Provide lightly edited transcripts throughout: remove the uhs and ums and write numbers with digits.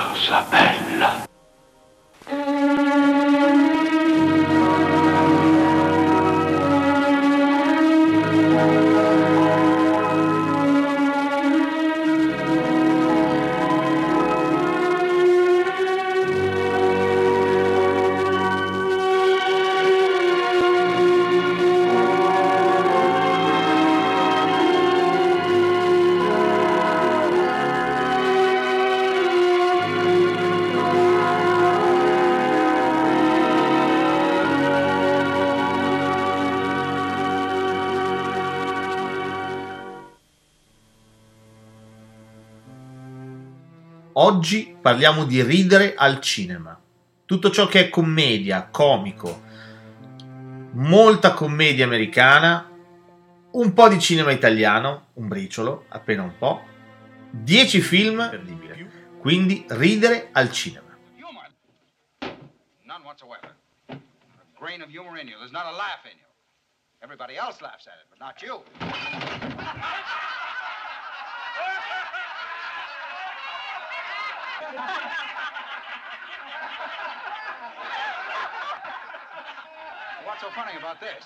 cosa bella. Oggi parliamo di ridere al cinema. Tutto ciò che è commedia, comico, molta commedia americana, un po' di cinema italiano, un briciolo, appena un po', 10 film, imperdibile. Quindi ridere al cinema. None whatsoever. A grain of humor in you. There's not a laugh in you. Everybody else laughs at it, but not you. What's so funny about this?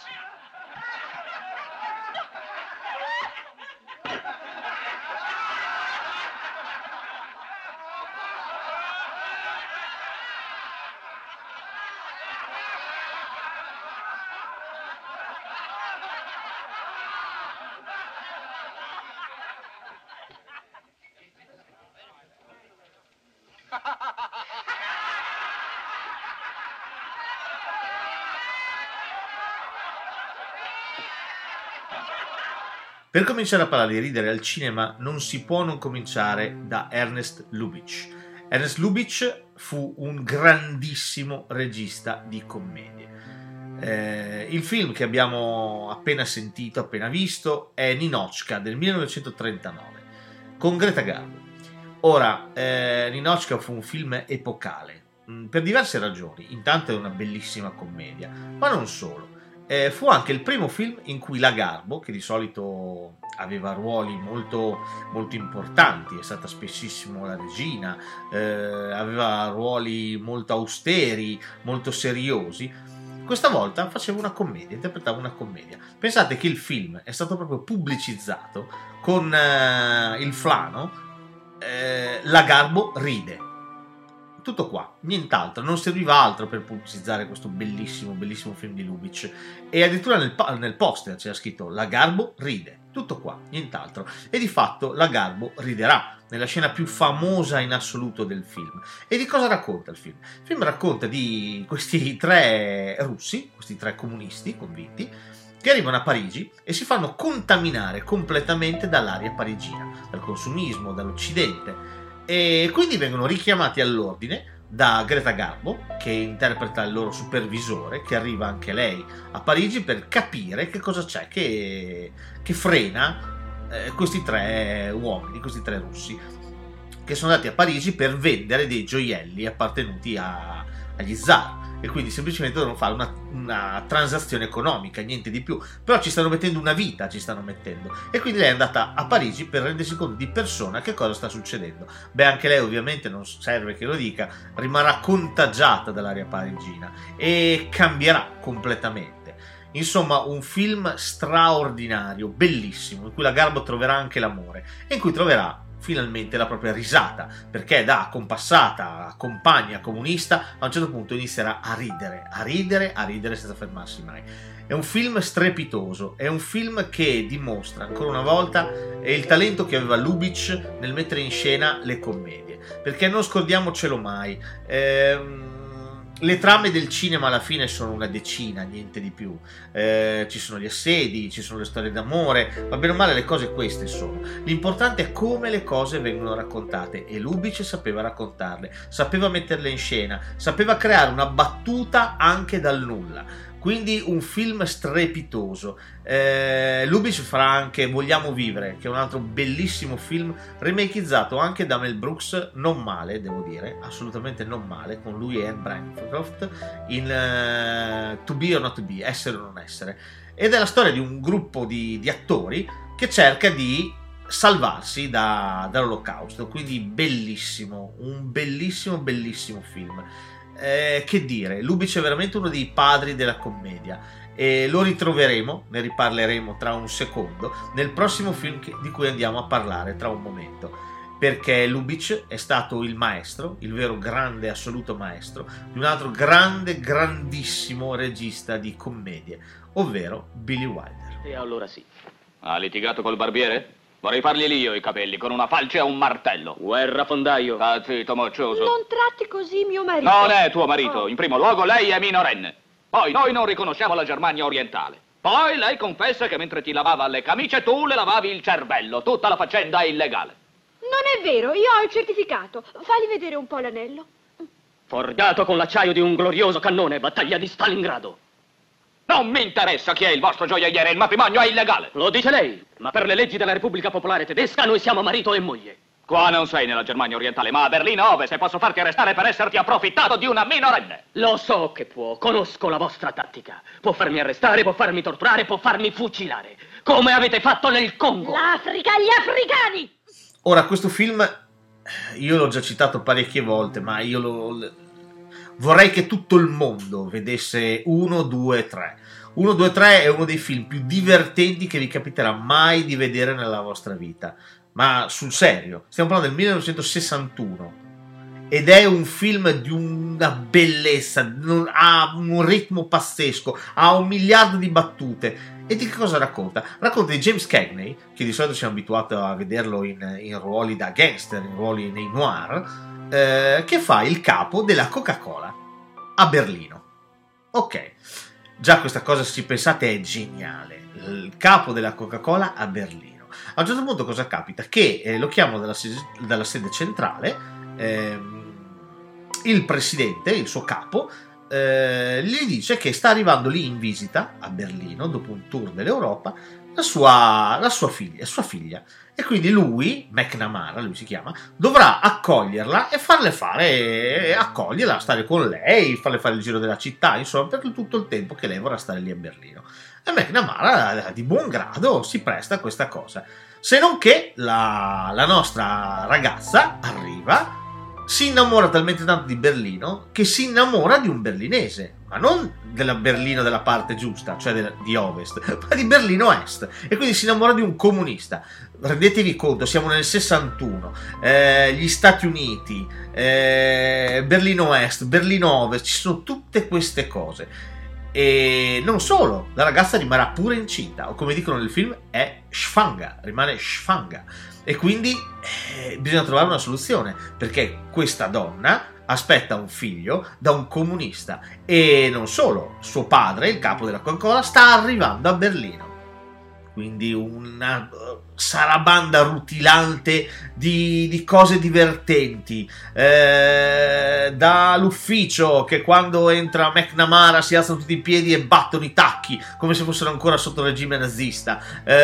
Per cominciare a parlare di ridere al cinema non si può non cominciare da Ernest Lubitsch. Ernest Lubitsch fu un grandissimo regista di commedie. Il film che abbiamo appena sentito, appena visto, è Ninotchka del 1939 con Greta Garbo. Ora, Ninotchka fu un film epocale per diverse ragioni. Intanto è una bellissima commedia, ma non solo. Fu anche il primo film in cui la Garbo, che di solito aveva ruoli molto, molto importanti, è stata spessissimo la regina, aveva ruoli molto austeri, molto seriosi, questa volta faceva una commedia, interpretava una commedia. Pensate che il film è stato proprio pubblicizzato con il flano La Garbo ride. Tutto qua, nient'altro, non serviva altro per pubblicizzare questo bellissimo, bellissimo film di Lubitsch. E addirittura nel poster c'era scritto La Garbo ride. Tutto qua, nient'altro. E di fatto la Garbo riderà nella scena più famosa in assoluto del film. E di cosa racconta il film? Il film racconta di questi tre russi, questi tre comunisti convinti, che arrivano a Parigi e si fanno contaminare completamente dall'aria parigina, dal consumismo, dall'Occidente. E quindi vengono richiamati all'ordine da Greta Garbo, che interpreta il loro supervisore, che arriva anche lei a Parigi per capire che cosa c'è che frena questi tre uomini, questi tre russi, che sono andati a Parigi per vendere dei gioielli appartenuti agli zar. E quindi semplicemente devono fare una transazione economica, niente di più. Però ci stanno mettendo una vita, ci stanno mettendo. E quindi lei è andata a Parigi per rendersi conto di persona che cosa sta succedendo. Beh, anche lei ovviamente, non serve che lo dica, rimarrà contagiata dall'aria parigina e cambierà completamente. Insomma, un film straordinario, bellissimo, in cui la Garbo troverà anche l'amore e in cui troverà finalmente la propria risata, perché da compassata, compagna comunista, a un certo punto inizierà a ridere senza fermarsi mai. È un film strepitoso, è un film che dimostra ancora una volta il talento che aveva Lubitsch nel mettere in scena le commedie, perché non scordiamocelo mai. Le trame del cinema alla fine sono una decina, niente di più. Ci sono gli assedi, ci sono le storie d'amore, ma bene o male le cose queste sono. L'importante è come le cose vengono raccontate e Lubitsch sapeva raccontarle, sapeva metterle in scena, sapeva creare una battuta anche dal nulla. Quindi un film strepitoso. Lubitsch farà anche Vogliamo vivere, che è un altro bellissimo film remakeizzato anche da Mel Brooks, non male, devo dire, assolutamente non male, con lui e Anne Bancroft in To Be or Not to Be, essere o non essere. Ed è la storia di un gruppo di attori che cerca di salvarsi dall'olocausto. Quindi bellissimo, un bellissimo film. Che dire, Lubitsch è veramente uno dei padri della commedia e lo ritroveremo, ne riparleremo tra un secondo nel prossimo film di cui andiamo a parlare tra un momento, perché Lubitsch è stato il maestro, il vero grande assoluto maestro di un altro grandissimo regista di commedie, ovvero Billy Wilder. E allora sì. Ha litigato col barbiere? Vorrei farglieli io i capelli con una falce e un martello. Guerra, fondaio. Sta zitto, moccioso. Non tratti così mio marito. Non è tuo marito. Oh. In primo luogo lei è minorenne. Poi noi non riconosciamo la Germania orientale. Poi lei confessa che mentre ti lavava le camicie tu le lavavi il cervello. Tutta la faccenda è illegale. Non è vero, io ho il certificato. Fagli vedere un po' l'anello. Forgiato con l'acciaio di un glorioso cannone, battaglia di Stalingrado. Non mi interessa chi è il vostro gioielliere, il matrimonio è illegale. Lo dice lei, ma per le leggi della Repubblica Popolare Tedesca noi siamo marito e moglie. Qua non sei nella Germania orientale, ma a Berlino Ovest e posso farti arrestare per esserti approfittato di una minorenne. Lo so che può, conosco la vostra tattica. Può farmi arrestare, può farmi torturare, può farmi fucilare. Come avete fatto nel Congo. L'Africa, gli africani! Ora, questo film io l'ho già citato parecchie volte, ma vorrei che tutto il mondo vedesse 1, 2, 3. 1, 2, 3 è uno dei film più divertenti che vi capiterà mai di vedere nella vostra vita. Ma sul serio, stiamo parlando del 1961 ed è un film di una bellezza, ha un ritmo pazzesco, ha 1 miliardo di battute. E di che cosa racconta? Racconta di James Cagney, che di solito siamo abituati a vederlo in ruoli da gangster, in ruoli nei noir, che fa il capo della Coca-Cola a Berlino. Ok, già questa cosa, se ci pensate, è geniale. Il capo della Coca-Cola a Berlino. A un certo punto cosa capita? Che lo chiamano dalla sede centrale, il presidente, il suo capo, gli dice che sta arrivando lì in visita a Berlino dopo un tour dell'Europa sua figlia, e quindi lui, McNamara lui si chiama, dovrà accoglierla e accoglierla, stare con lei, farle fare il giro della città, insomma, per tutto il tempo che lei vorrà stare lì a Berlino. E McNamara di buon grado si presta a questa cosa, se non che la nostra ragazza arriva, si innamora talmente tanto di Berlino che si innamora di un berlinese, ma non della Berlino della parte giusta, cioè di Ovest, ma di Berlino Est, e quindi si innamora di un comunista. Rendetevi conto, siamo nel 61, gli Stati Uniti, Berlino Est, Berlino Ovest, ci sono tutte queste cose. E non solo, la ragazza rimarrà pure incinta, o come dicono nel film è schwanger, rimane schwanger, e quindi bisogna trovare una soluzione, perché questa donna aspetta un figlio da un comunista, e non solo, suo padre, il capo della Coca-Cola, sta arrivando a Berlino. Quindi una sarabanda rutilante di cose divertenti, dall'ufficio che quando entra McNamara si alzano tutti in piedi e battono i tacchi come se fossero ancora sotto il regime nazista,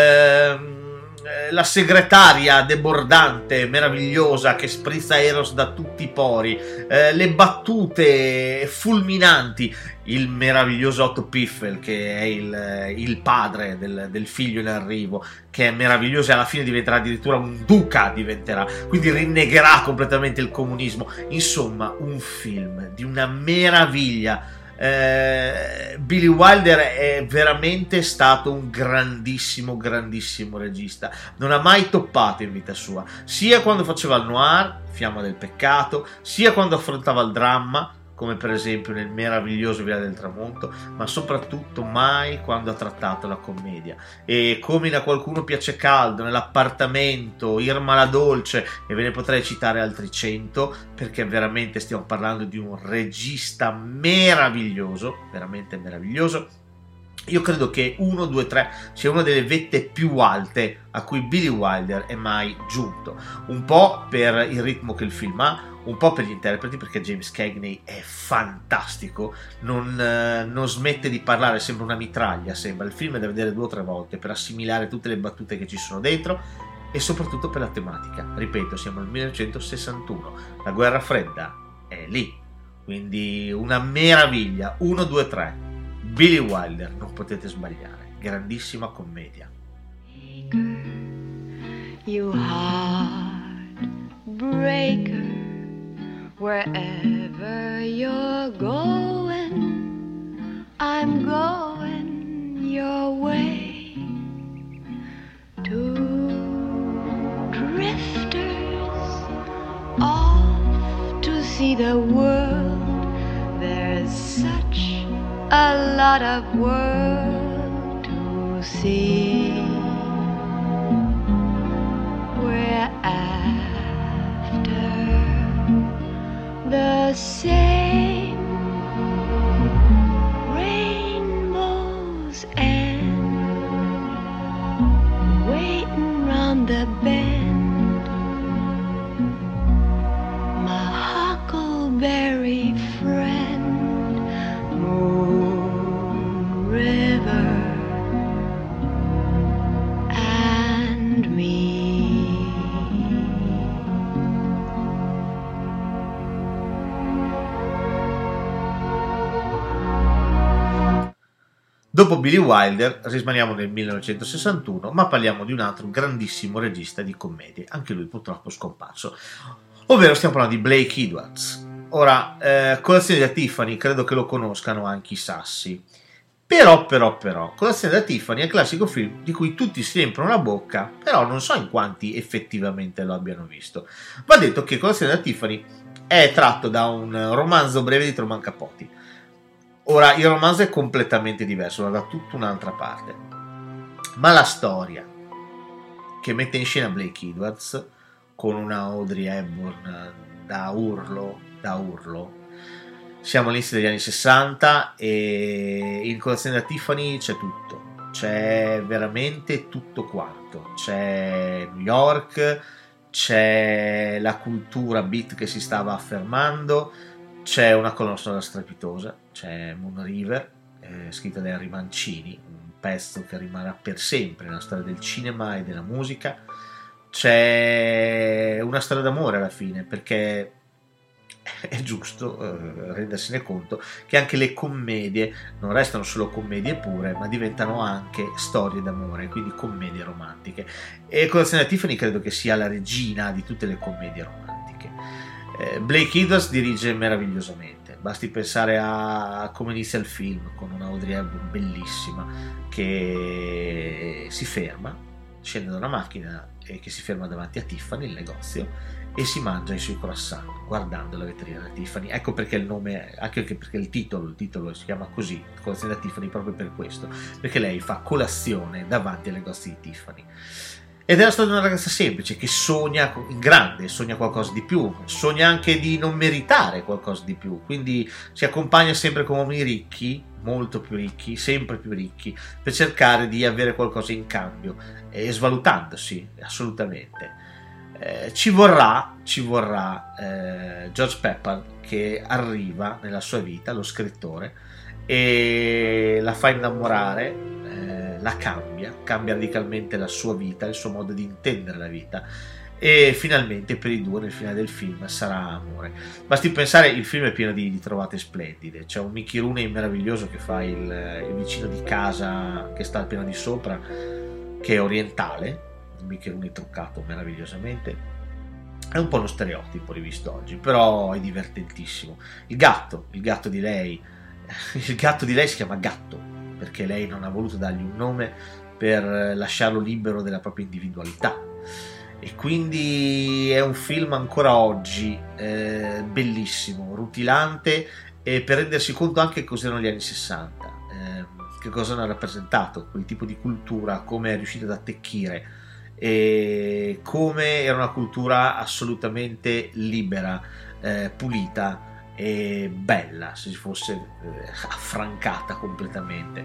la segretaria debordante, meravigliosa, che sprizza Eros da tutti i pori, le battute fulminanti, il meraviglioso Otto Piffel che è il padre del figlio in arrivo, che è meraviglioso e alla fine diventerà addirittura un duca, quindi rinnegherà completamente il comunismo. Insomma, un film di una meraviglia. Billy Wilder è veramente stato un grandissimo regista, non ha mai toppato in vita sua, sia quando faceva il noir, Fiamma del peccato, sia quando affrontava il dramma, come per esempio nel meraviglioso Villa del Tramonto, ma soprattutto mai quando ha trattato la commedia. E come a qualcuno piace caldo, nell'appartamento, Irma la Dolce, e ve ne potrei citare altri 100, perché veramente stiamo parlando di un regista meraviglioso, veramente meraviglioso. Io credo che 1, 2, 3 sia una delle vette più alte a cui Billy Wilder è mai giunto, un po' per il ritmo che il film ha, un po' per gli interpreti, perché James Cagney è fantastico, non smette di parlare, sembra una mitraglia, il film è da vedere 2 o 3 volte per assimilare tutte le battute che ci sono dentro, e soprattutto per la tematica. Ripeto, siamo nel 1961, la guerra fredda è lì, quindi una meraviglia. 1, 2, 3, Billy Wilder, non potete sbagliare, grandissima commedia. Hey girl, you heartbreaker. Wherever you're going, I'm going your way. Two drifters off to see the world. There's such a lot of world to see. We're after the same rainbows and waiting round the bend. My huckleberry friend, Moon River and me. Dopo Billy Wilder rimaniamo nel 1961, ma parliamo di un altro grandissimo regista di commedie, anche lui purtroppo scomparso, ovvero stiamo parlando di Blake Edwards. Ora, Colazione da Tiffany credo che lo conoscano anche i sassi, però, Colazione da Tiffany è il classico film di cui tutti si riempiono la bocca, però non so in quanti effettivamente lo abbiano visto. Va detto che Colazione da Tiffany è tratto da un romanzo breve di Truman Capote. Ora, il romanzo è completamente diverso, va da tutta un'altra parte, ma la storia che mette in scena Blake Edwards con una Audrey Hepburn da urlo, siamo all'inizio degli anni 60 e in Colazione da Tiffany c'è tutto, c'è veramente tutto quanto, c'è New York, c'è la cultura beat che si stava affermando, c'è una colonna sonora strepitosa, c'è Moon River, scritta da Henry Mancini, un pezzo che rimarrà per sempre nella storia del cinema e della musica. C'è una storia d'amore alla fine, perché è giusto rendersene conto che anche le commedie non restano solo commedie pure, ma diventano anche storie d'amore, quindi commedie romantiche. E Colazione da Tiffany credo che sia la regina di tutte le commedie romantiche. Blake Edwards dirige meravigliosamente, basti pensare a come inizia il film, con una Audrey Hepburn bellissima che si ferma, scende da una macchina e che si ferma davanti a Tiffany, il negozio, e si mangia i suoi croissant guardando la vetrina di Tiffany. Ecco perché il nome, anche perché il titolo si chiama così, Colazione da Tiffany, proprio per questo, perché lei fa colazione davanti al negozio di Tiffany. Ed è la storia di una ragazza semplice che sogna in grande, sogna qualcosa di più, sogna anche di non meritare qualcosa di più, quindi si accompagna sempre con uomini ricchi, molto più ricchi, sempre più ricchi, per cercare di avere qualcosa in cambio, e svalutandosi assolutamente. Ci vorrà George Pepper che arriva nella sua vita, lo scrittore, e la fa innamorare, la cambia radicalmente la sua vita, il suo modo di intendere la vita, e finalmente per i due nel finale del film sarà amore. Basti pensare, il film è pieno di trovate splendide, c'è un Mickey Rooney meraviglioso che fa il vicino di casa che sta al piano di sopra, che è orientale, un Mickey Rooney truccato meravigliosamente. È un po' uno stereotipo rivisto oggi, però è divertentissimo. Il gatto di lei si chiama Gatto perché lei non ha voluto dargli un nome per lasciarlo libero della propria individualità, e quindi è un film ancora oggi bellissimo, rutilante, e per rendersi conto anche cos'erano gli anni 60, che cosa hanno rappresentato quel tipo di cultura, come è riuscita ad attecchire, e come era una cultura assolutamente libera, pulita e bella, se si fosse affrancata completamente.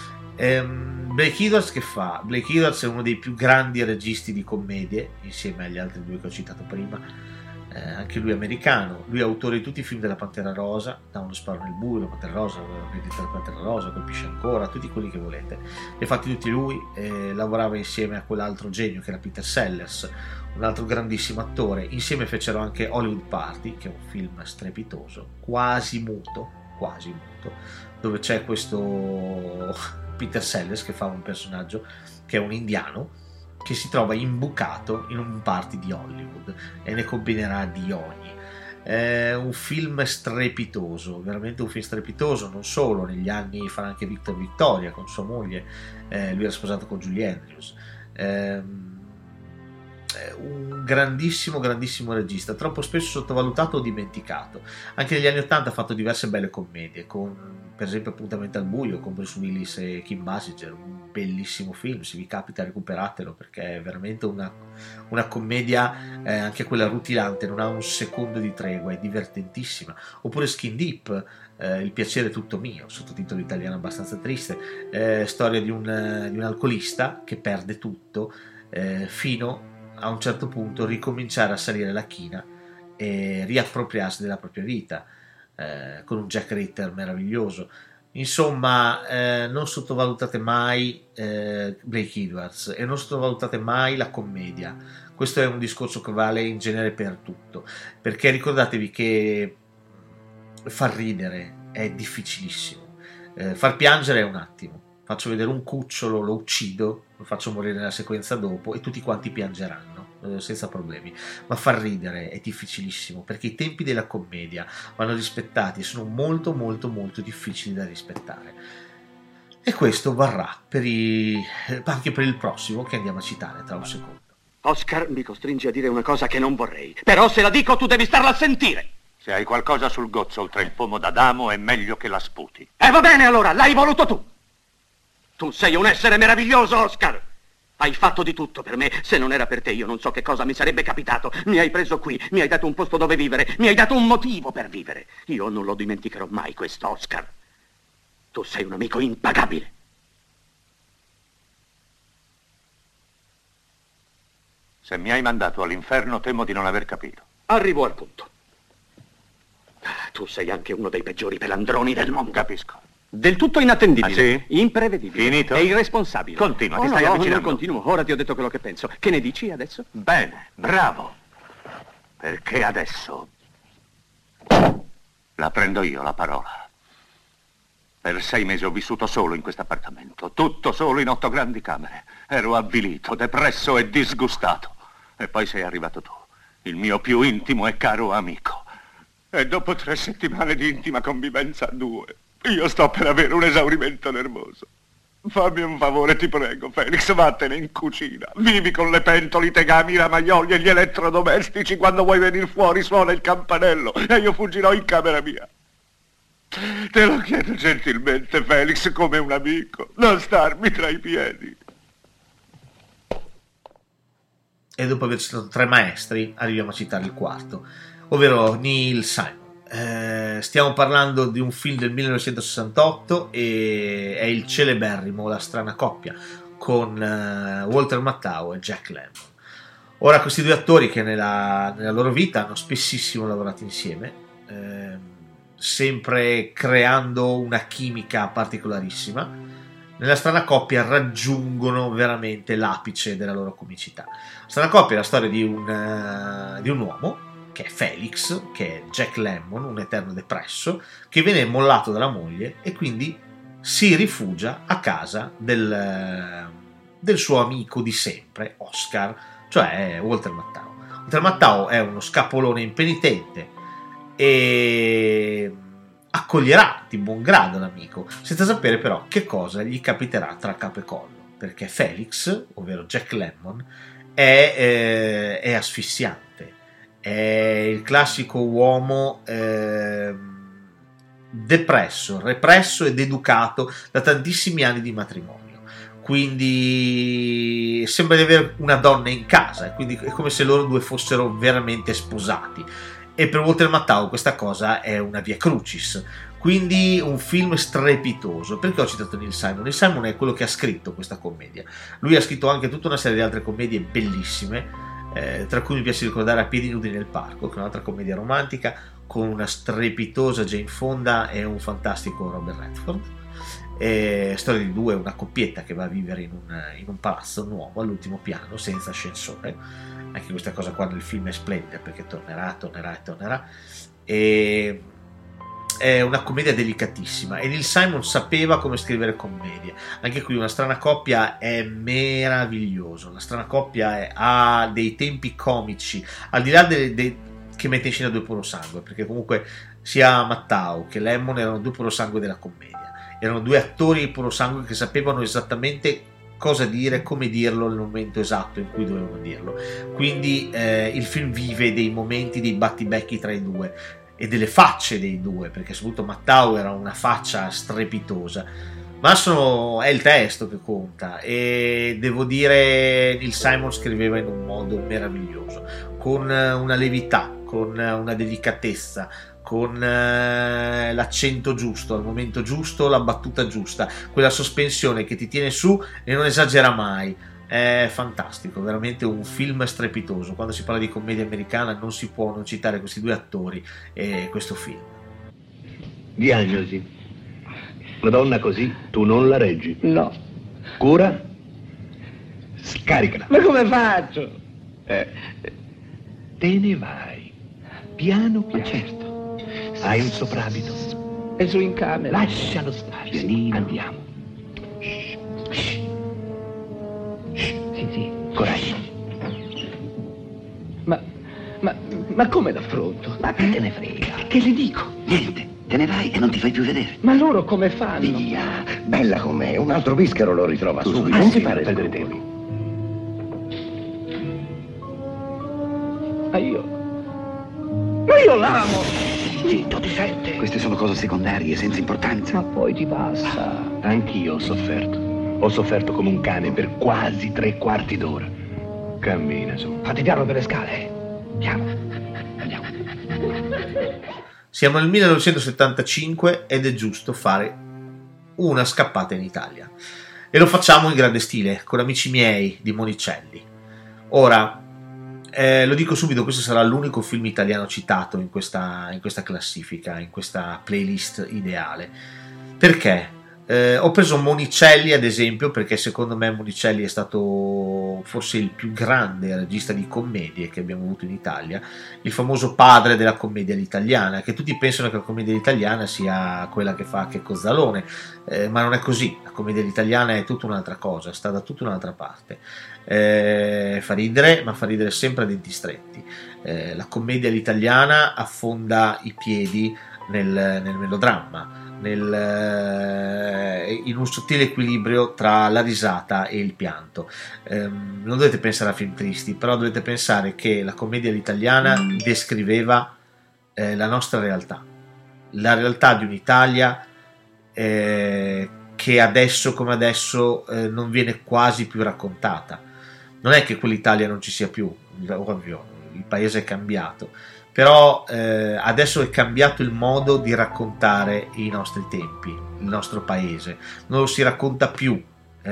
Blake Edwards che fa? Blake Edwards è uno dei più grandi registi di commedie, insieme agli altri due che ho citato prima, anche lui americano. Lui è autore di tutti i film della Pantera Rosa, Da uno sparo nel buio, la Pantera Rosa, la Pantera Rosa, Colpisce ancora, tutti quelli che volete. Li ha fatti tutti lui, lavorava insieme a quell'altro genio che era Peter Sellers, un altro grandissimo attore. Insieme fecero anche Hollywood Party, che è un film strepitoso, quasi muto, dove c'è questo Peter Sellers che fa un personaggio che è un indiano, che si trova imbucato in un party di Hollywood e ne combinerà di ogni. È un film strepitoso, veramente un film strepitoso. Non solo, negli anni farà anche Victor Victoria con sua moglie, lui era sposato con Julie Andrews. Un grandissimo regista, troppo spesso sottovalutato o dimenticato. Anche negli anni '80 ha fatto diverse belle commedie, con per esempio Appuntamento al buio con Bruce Willis e Kim Basinger, un bellissimo film. Se vi capita recuperatelo, perché è veramente una commedia, anche quella rutilante, non ha un secondo di tregua, è divertentissima. Oppure Skin Deep, Il piacere tutto mio, sottotitolo italiano abbastanza triste, storia di un alcolista che perde tutto fino a un certo punto ricominciare a salire la china e riappropriarsi della propria vita, con un Jack Ritter meraviglioso. Insomma, non sottovalutate mai Blake Edwards e non sottovalutate mai la commedia. Questo è un discorso che vale in genere per tutto, perché ricordatevi che far ridere è difficilissimo, far piangere è un attimo. Faccio vedere un cucciolo, lo uccido, lo faccio morire nella sequenza dopo e tutti quanti piangeranno senza problemi. Ma far ridere è difficilissimo, perché i tempi della commedia vanno rispettati e sono molto difficili da rispettare. E questo varrà anche per il prossimo che andiamo a citare tra un secondo. Oscar mi costringe a dire una cosa che non vorrei, però se la dico tu devi starla a sentire. Se hai qualcosa sul gozzo oltre il pomo d'Adamo è meglio che la sputi. Va bene allora, l'hai voluto tu. Tu sei un essere meraviglioso, Oscar. Hai fatto di tutto per me. Se non era per te io non so che cosa mi sarebbe capitato. Mi hai preso qui, mi hai dato un posto dove vivere, mi hai dato un motivo per vivere. Io non lo dimenticherò mai questo, Oscar. Tu sei un amico impagabile. Se mi hai mandato all'inferno temo di non aver capito. Arrivo al punto. Tu sei anche uno dei peggiori pelandroni del mondo. Capisco. Del tutto inattendibile, Ah, sì? imprevedibile. Finito? E irresponsabile. Continua, ti no, stai no, avvicinando. Non continuo, ora ti ho detto quello che penso. Che ne dici adesso? Bene, bravo. Perché adesso la prendo io la parola. Per 6 mesi ho vissuto solo in questo appartamento, tutto solo in 8 grandi camere. Ero avvilito, depresso e disgustato. E poi sei arrivato tu, il mio più intimo e caro amico. E dopo 3 settimane di intima convivenza a 2, io sto per avere un esaurimento nervoso. Fammi un favore, ti prego, Felix, vattene in cucina. Vivi con le pentole, i tegami, i ramaioli e gli elettrodomestici. Quando vuoi venire fuori suona il campanello e io fuggirò in camera mia. Te lo chiedo gentilmente, Felix, come un amico. Non starmi tra i piedi. E dopo aver citato 3 maestri, arriviamo a citare il quarto, ovvero Neil Simon. Stiamo parlando di un film del 1968 e è il celeberrimo La strana coppia con Walter Matthau e Jack Lemmon. Ora, questi 2 attori che nella loro vita hanno spessissimo lavorato insieme, sempre creando una chimica particolarissima, nella strana coppia raggiungono veramente l'apice della loro comicità. La strana coppia è la storia di un uomo che è Felix, che è Jack Lemmon, un eterno depresso, che viene mollato dalla moglie e quindi si rifugia a casa del suo amico di sempre, Oscar, cioè Walter Matthau. Walter Matthau è uno scapolone impenitente e accoglierà di buon grado l'amico, senza sapere però che cosa gli capiterà tra capo e collo, perché Felix, ovvero Jack Lemmon, è asfissiante. È il classico uomo depresso, represso ed educato da tantissimi anni di matrimonio, quindi sembra di avere una donna in casa e quindi è come se loro 2 fossero veramente sposati. E per Walter Matthau questa cosa è una via crucis, quindi un film strepitoso. Perché ho citato Neil Simon? Neil Simon è quello che ha scritto questa commedia. Lui ha scritto anche tutta una serie di altre commedie bellissime, tra cui mi piace ricordare A piedi nudi nel parco, che è un'altra commedia romantica con una strepitosa Jane Fonda e un fantastico Robert Redford. Storia di 2, una coppietta che va a vivere in un palazzo nuovo all'ultimo piano senza ascensore. Anche questa cosa qua nel film è splendida, perché tornerà. E è una commedia delicatissima e Neil Simon sapeva come scrivere commedie. Anche qui Una strana coppia è meraviglioso. La strana coppia ha dei tempi comici, al di là che mette in scena due puro sangue, perché comunque sia Mattau che Lemmon erano due puro sangue della commedia, erano due attori puro sangue che sapevano esattamente cosa dire, come dirlo nel momento esatto in cui dovevano dirlo. Quindi il film vive dei momenti, dei battibecchi tra i due e delle facce dei due, perché soprattutto Mattau era una faccia strepitosa, ma è il testo che conta, e devo dire Neil Simon scriveva in un modo meraviglioso, con una levità, con una delicatezza, con l'accento giusto, al momento giusto, la battuta giusta, quella sospensione che ti tiene su e non esagera mai. È fantastico, veramente un film strepitoso. Quando si parla di commedia americana non si può non citare questi due attori e questo film. Diagnosi: una donna così tu non la reggi. No. Cura? Scaricala. Ma come faccio? Te ne vai, piano piano. Certo. Hai un soprabito? È su in camera. Lascialo stare, pianino. Andiamo. Sì. Coraggio. Ma come l'affronto? Ma che te ne frega? Che le dico? Niente, te ne vai e non ti fai più vedere. Ma loro come fanno? Via, bella com'è, un altro whiskero lo ritrova subito. Non ti fare perdere tempo. Ma io l'amo. Zitto, ti sente? Queste sono cose secondarie, senza importanza. Ma poi ti passa. Anch'io ho sofferto. Ho sofferto come un cane per quasi 3/4 d'ora. Cammina su. Fatti piano per le scale. Piano. Andiamo. Siamo nel 1975 ed è giusto fare una scappata in Italia. E lo facciamo in grande stile, con Amici miei di Monicelli. Ora, lo dico subito, questo sarà l'unico film italiano citato in questa classifica, in questa playlist ideale. Perché? Ho preso Monicelli ad esempio perché secondo me Monicelli è stato forse il più grande regista di commedie che abbiamo avuto in Italia, il famoso padre della commedia all'italiana, che tutti pensano che la commedia all'italiana sia quella che fa Checco Zalone, ma non è così. La commedia all'italiana è tutta un'altra cosa, sta da tutta un'altra parte. Fa ridere, ma fa ridere sempre a denti stretti. La commedia all'italiana affonda i piedi nel melodramma, in un sottile equilibrio tra la risata e il pianto. Non dovete pensare a film tristi, però dovete pensare che la commedia all'italiana descriveva la nostra realtà, la realtà di un'Italia che adesso come adesso non viene quasi più raccontata. Non è che quell'Italia non ci sia più, ovvio, il paese è cambiato, però adesso è cambiato il modo di raccontare i nostri tempi, il nostro paese. Non lo si racconta più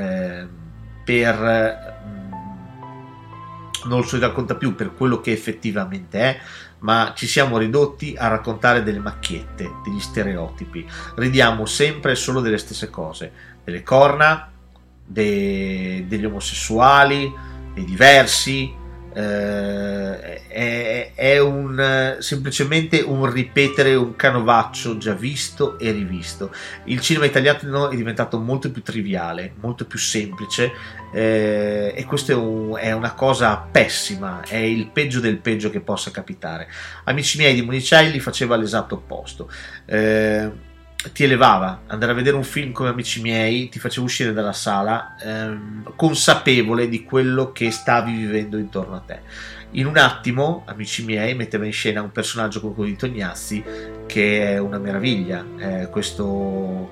non lo si racconta più per quello che effettivamente è, ma ci siamo ridotti a raccontare delle macchiette, degli stereotipi. Ridiamo sempre solo delle stesse cose, delle corna, degli omosessuali, dei diversi. È semplicemente un ripetere un canovaccio già visto e rivisto. Il cinema italiano è diventato molto più triviale, molto più semplice, e questo è una cosa pessima, è il peggio del peggio che possa capitare. Amici miei di Monicelli faceva l'esatto opposto. Ti elevava. Andare a vedere un film come Amici miei ti faceva uscire dalla sala consapevole di quello che stavi vivendo intorno a te. In un attimo Amici miei metteva in scena un personaggio come quello di Tognazzi che è una meraviglia, questo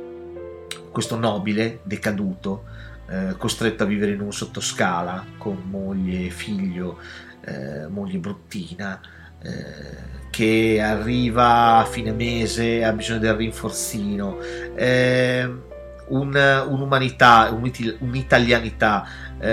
nobile decaduto, costretto a vivere in un sottoscala con moglie e figlio, moglie bruttina, che arriva a fine mese, ha bisogno del rinforzino, un'umanità, un'italianità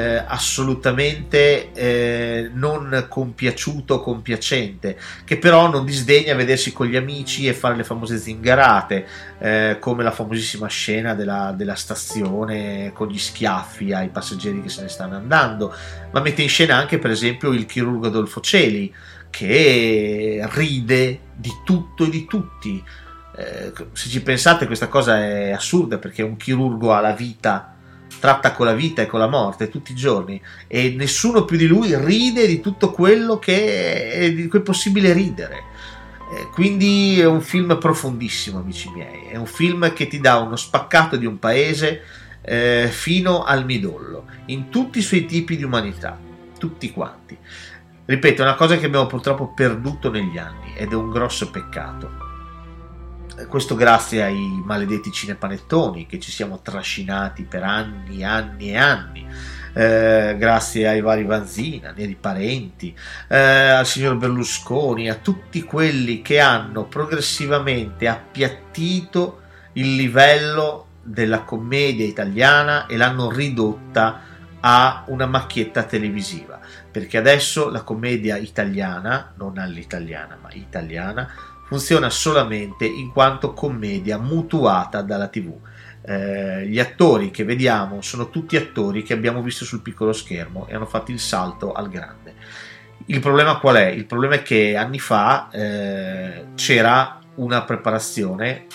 assolutamente non compiaciuto o compiacente, che però non disdegna vedersi con gli amici e fare le famose zingarate, come la famosissima scena della stazione con gli schiaffi ai passeggeri che se ne stanno andando, ma mette in scena anche per esempio il chirurgo Adolfo Celi, che ride di tutto e di tutti. Se ci pensate, questa cosa è assurda, perché un chirurgo ha la vita, tratta con la vita e con la morte tutti i giorni, e nessuno più di lui ride di tutto quello di cui è possibile ridere. Quindi è un film profondissimo, amici miei, è un film che ti dà uno spaccato di un paese fino al midollo, in tutti i suoi tipi di umanità, tutti quanti. Ripeto, è una cosa che abbiamo purtroppo perduto negli anni, ed è un grosso peccato. Questo grazie ai maledetti cinepanettoni che ci siamo trascinati per anni e anni, grazie ai vari Vanzina, Neri Parenti, al signor Berlusconi, a tutti quelli che hanno progressivamente appiattito il livello della commedia italiana e l'hanno ridotta a una macchietta televisiva, perché adesso la commedia italiana, non all'italiana ma italiana, funziona solamente in quanto commedia mutuata dalla TV. Gli attori che vediamo sono tutti attori che abbiamo visto sul piccolo schermo e hanno fatto il salto al grande. Il problema qual è? Il problema è che anni fa c'era una preparazione,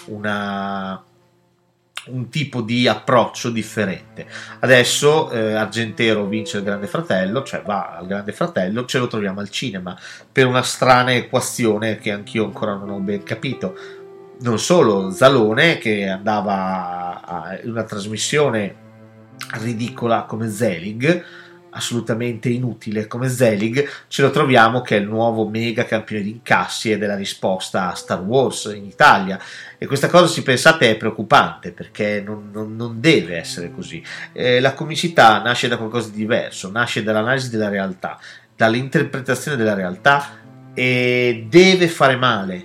un tipo di approccio differente. Adesso Argentero vince il Grande Fratello, cioè va al Grande Fratello, ce lo troviamo al cinema per una strana equazione che anch'io ancora non ho ben capito. Non solo, Zalone, che andava in una trasmissione ridicola come Zelig, assolutamente inutile come Zelig, ce lo troviamo che è il nuovo mega campione di incassi ed è la risposta a Star Wars in Italia, e questa cosa, se pensate, è preoccupante, perché non deve essere così. La comicità nasce da qualcosa di diverso, nasce dall'analisi della realtà, dall'interpretazione della realtà, e deve fare male.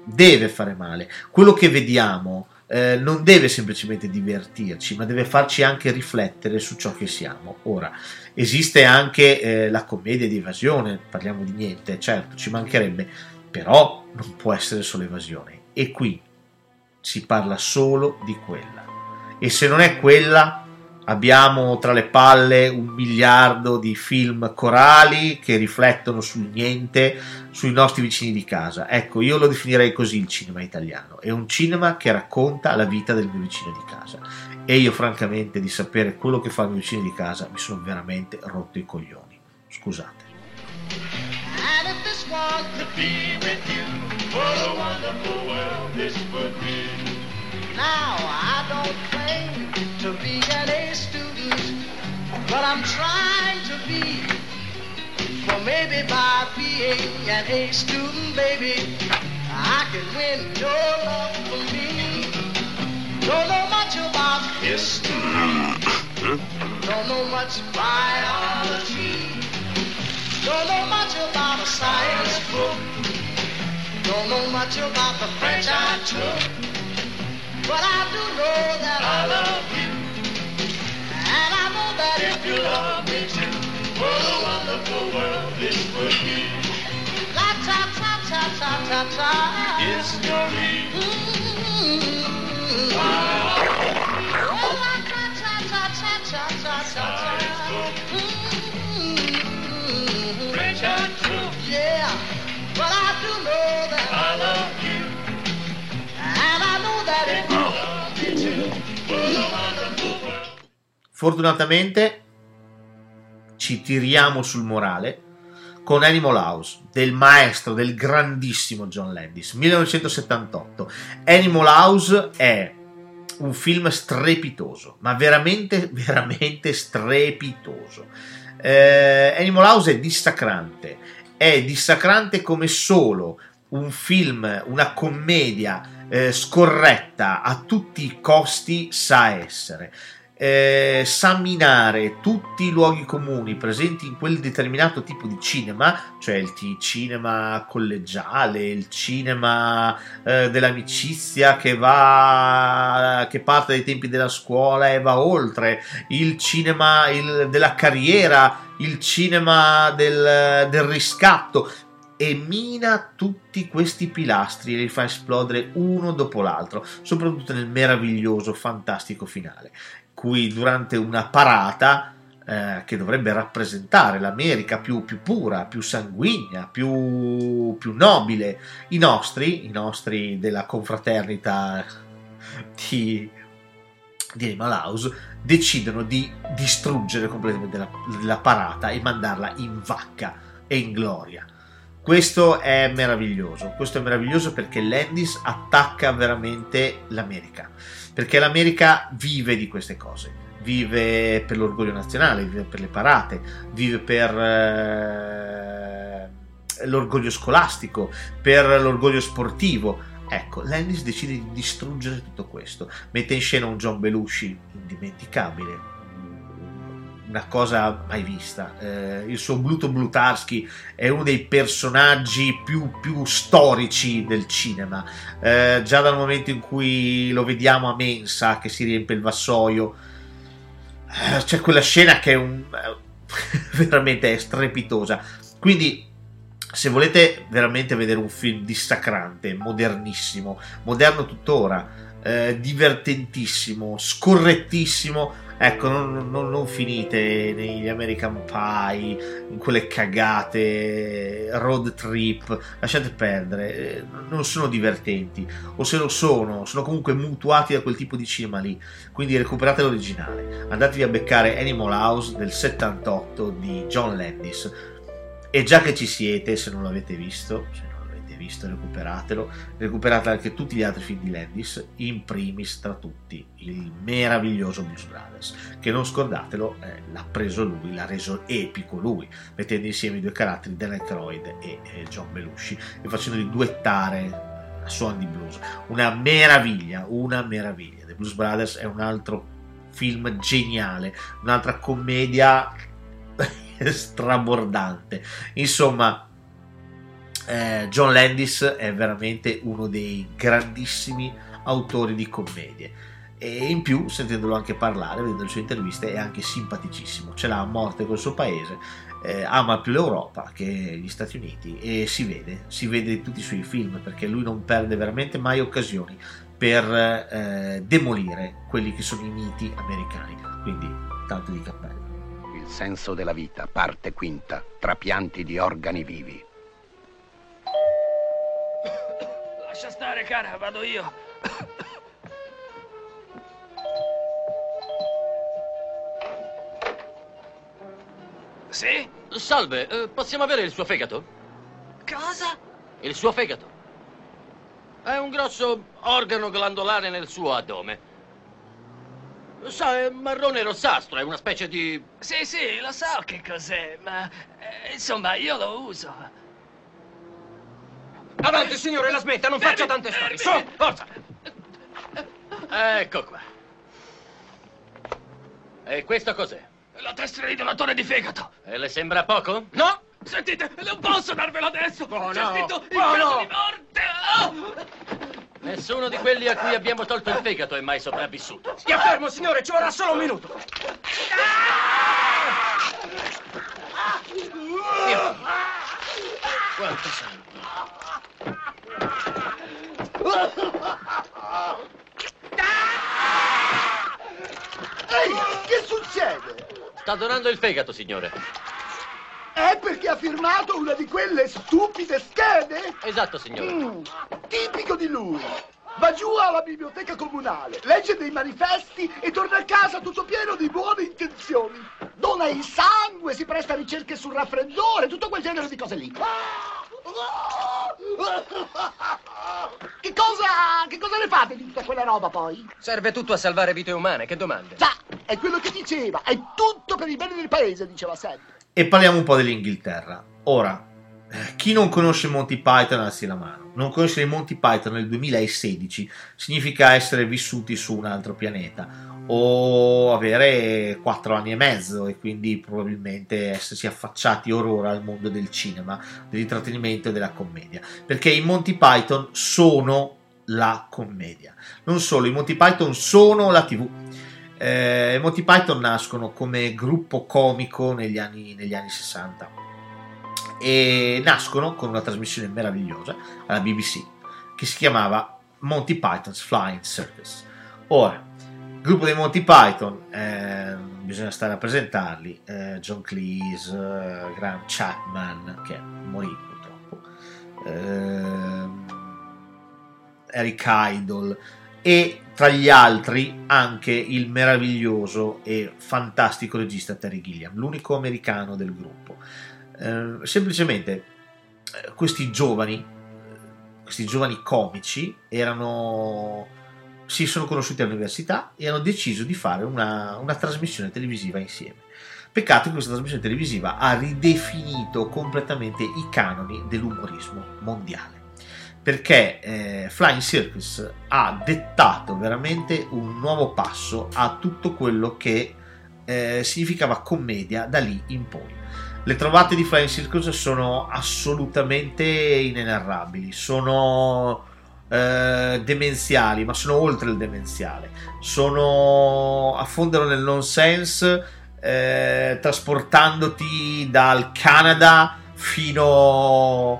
Quello che vediamo non deve semplicemente divertirci, ma deve farci anche riflettere su ciò che siamo. Ora, esiste anche la commedia di evasione, parliamo di niente, certo, ci mancherebbe, però non può essere solo evasione, e qui si parla solo di quella, e se non è quella abbiamo tra le palle 1 miliardo di film corali che riflettono sul niente, sui nostri vicini di casa. Ecco, io lo definirei così il cinema italiano, è un cinema che racconta la vita del mio vicino di casa, e io francamente di sapere quello che fa il mio vicino di casa mi sono veramente rotto i coglioni, scusate. And if this one could be with you, what a wonderful world this would be. Now I don't claim to be an A student, but I'm trying to be. For maybe by being an A student, baby, I can win your love for me. Don't know much about history, don't know much biology, don't know much about a science book, don't know much about the French I took, but I do know that I love you, and I know that if you love me too, what a wonderful world this would be. La ta ta ta ta ta ta, history. Oh, la ta ta ta ta ta ta ta ta. French I took, yeah, but I do know that I love you, and I know that if you love me too, what a wonderful world. Fortunatamente ci tiriamo sul morale con Animal House del maestro, del grandissimo John Landis, 1978. Animal House è un film strepitoso, ma veramente veramente strepitoso. Animal House è dissacrante come solo un film, una commedia scorretta a tutti i costi sa essere. Sa minare tutti i luoghi comuni presenti in quel determinato tipo di cinema, cioè il cinema collegiale, il cinema dell'amicizia che parte dai tempi della scuola e va oltre, il cinema della carriera, il cinema del riscatto, e mina tutti questi pilastri e li fa esplodere uno dopo l'altro, soprattutto nel meraviglioso, fantastico finale, cui durante una parata che dovrebbe rappresentare l'America più pura, più sanguigna, più nobile. I nostri della confraternita di Animal House decidono di distruggere completamente la parata e mandarla in vacca e in gloria. Questo è meraviglioso perché Landis attacca veramente l'America, perché l'America vive di queste cose, vive per l'orgoglio nazionale, vive per le parate, vive per l'orgoglio scolastico, per l'orgoglio sportivo. Ecco, Landis decide di distruggere tutto questo, mette in scena un John Belushi indimenticabile, una cosa mai vista. Il suo Bluto Blutarsky è uno dei personaggi più storici del cinema, già dal momento in cui lo vediamo a mensa che si riempie il vassoio. C'è quella scena che è veramente è strepitosa. Quindi, se volete veramente vedere un film dissacrante, modernissimo, moderno tuttora, divertentissimo, scorrettissimo, ecco, non finite negli American Pie, in quelle cagate, road trip, lasciate perdere, non sono divertenti, o se lo sono comunque mutuati da quel tipo di cinema lì. Quindi recuperate l'originale, andatevi a beccare Animal House del 78 di John Landis. E già che ci siete, se non l'avete visto, recuperate anche tutti gli altri film di Landis, in primis tra tutti il meraviglioso Blues Brothers, che non scordatelo, l'ha preso lui, l'ha reso epico lui, mettendo insieme i due caratteri Dan Aykroyd e John Belushi e facendoli duettare a suon di blues. Una meraviglia. The Blues Brothers è un altro film geniale, un'altra commedia strabordante. Insomma, John Landis è veramente uno dei grandissimi autori di commedie, e in più, sentendolo anche parlare, vedendo le sue interviste, è anche simpaticissimo, ce l'ha a morte col suo paese, ama più l'Europa che gli Stati Uniti, e si vede in tutti i suoi film, perché lui non perde veramente mai occasioni per demolire quelli che sono i miti americani. Quindi tanto di cappello. Il senso della vita, parte quinta, trapianti di organi vivi. Lascia stare, cara, vado io. Sì? Salve, possiamo avere il suo fegato? Cosa? Il suo fegato. È un grosso organo glandolare nel suo addome. Sa, è marrone rossastro, è una specie di... Sì, lo so che cos'è, ma insomma io lo uso. Avanti, signore, la smetta, non faccia tante storie. Su, forza! Ecco qua. E questo cos'è? La tessera di donatore di fegato. E le sembra poco? No! Sentite, non posso darvelo adesso! Oh, C'è no. scritto il Oh, caso no. di morte! Nessuno di quelli a cui abbiamo tolto il fegato è mai sopravvissuto. Stia fermo, signore, ci vorrà solo un minuto. Quanto sangue. Ehi, che succede? Sta donando il fegato, signore. È perché ha firmato una di quelle stupide schede? Esatto, signore. Tipico di lui. Va giù alla biblioteca comunale, legge dei manifesti e torna a casa tutto pieno di buone intenzioni. Dona il sangue, si presta a ricerche sul raffreddore, tutto quel genere di cose lì. Che cosa ne fate di tutta quella roba poi? Serve tutto a salvare vite umane, che domande? Già, è quello che diceva, è tutto per il bene del paese, diceva sempre. E parliamo un po' dell'Inghilterra. Ora, chi non conosce Monty Python alzi la mano. Non conoscere i Monty Python nel 2016 significa essere vissuti su un altro pianeta o avere 4 anni e mezzo e quindi probabilmente essersi affacciati or ora al mondo del cinema, dell'intrattenimento e della commedia, perché i Monty Python sono la commedia. Non solo, i Monty Python sono la TV. I Monty Python nascono come gruppo comico negli anni 60 e nascono con una trasmissione meravigliosa alla BBC che si chiamava Monty Python's Flying Circus. Ora, il gruppo dei Monty Python bisogna stare a presentarli: John Cleese, Graham Chapman, che morì purtroppo, Eric Idle, e tra gli altri anche il meraviglioso e fantastico regista Terry Gilliam, l'unico americano del gruppo. Semplicemente questi giovani comici si sono conosciuti all'università e hanno deciso di fare una trasmissione televisiva insieme. Peccato che questa trasmissione televisiva ha ridefinito completamente i canoni dell'umorismo mondiale, perché Flying Circus ha dettato veramente un nuovo passo a tutto quello che significava commedia da lì in poi. Le trovate di Flying Circus sono assolutamente inenarrabili, sono demenziali, ma sono oltre il demenziale, affondano nel nonsense, trasportandoti dal Canada fino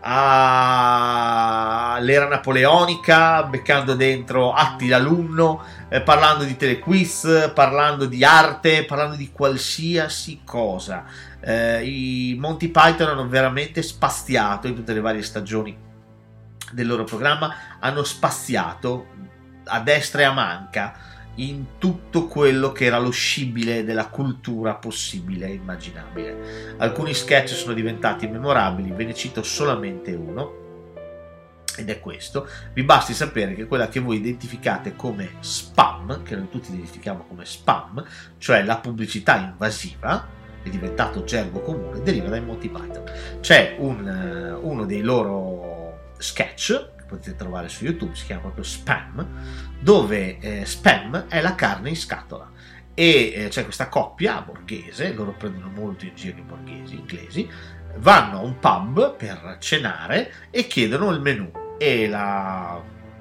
all'era napoleonica, beccando dentro atti d'alunno, parlando di telequiz, parlando di arte, parlando di qualsiasi cosa. I Monty Python hanno veramente spaziato in tutte le varie stagioni del loro programma, hanno spaziato a destra e a manca in tutto quello che era lo scibile della cultura possibile e immaginabile. Alcuni sketch sono diventati memorabili, ve ne cito solamente uno, ed è questo. Vi basti sapere che quella che voi identificate come spam, che noi tutti identifichiamo come spam, cioè la pubblicità invasiva, è diventato gergo comune, deriva dai Monty Python. C'è uno dei loro sketch che potete trovare su YouTube, si chiama proprio Spam, dove spam è la carne in scatola, e c'è questa coppia borghese, loro prendono molto in giro i borghesi inglesi, vanno a un pub per cenare e chiedono il menù, e la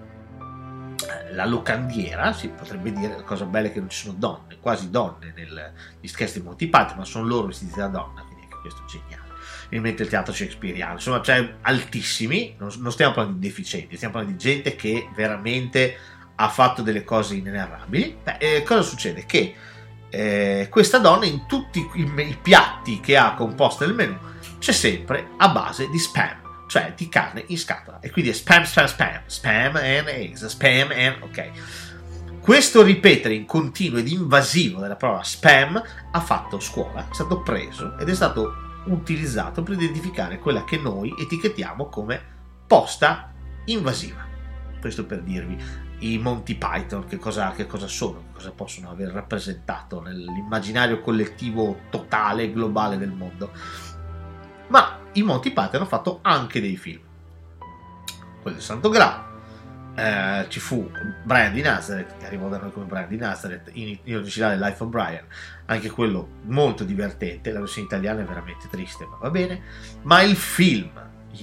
locandiera, si potrebbe dire, la cosa bella è che non ci sono donne, quasi donne negli sketch di Monty Python, ma sono loro vestiti da donna, quindi anche questo è geniale. In mente il teatro shakespeariano, insomma, cioè altissimi, non stiamo parlando di deficienti, stiamo parlando di gente che veramente ha fatto delle cose inenarrabili. Cosa succede? Che questa donna, in tutti i piatti che ha composto nel menù, c'è sempre a base di spam, cioè di carne in scatola, e quindi è spam and eggs, spam and... ok. Questo ripetere in continuo ed invasivo della parola spam ha fatto scuola, è stato preso ed è stato utilizzato per identificare quella che noi etichettiamo come posta invasiva. Questo per dirvi i Monty Python che cosa sono, che cosa possono aver rappresentato nell'immaginario collettivo totale globale del mondo. Ma i Monty Python hanno fatto anche dei film, quello del Santo Graal. Ci fu Brian di Nazareth, che arrivò da noi come Brian di Nazareth, in originale Life of Brian, anche quello molto divertente. La versione italiana è veramente triste, ma va bene. Ma il film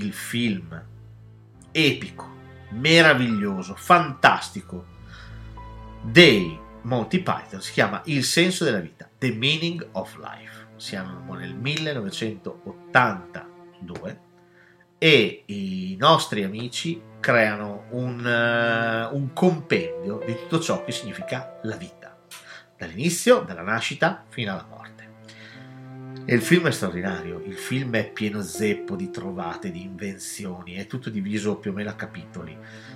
epico, meraviglioso, fantastico dei Monty Python si chiama Il senso della vita, The Meaning of Life. Siamo nel 1982 e i nostri amici creano un compendio di tutto ciò che significa la vita, dall'inizio, dalla nascita fino alla morte. E il film è straordinario, il film è pieno zeppo di trovate, di invenzioni, è tutto diviso più o meno a capitoli,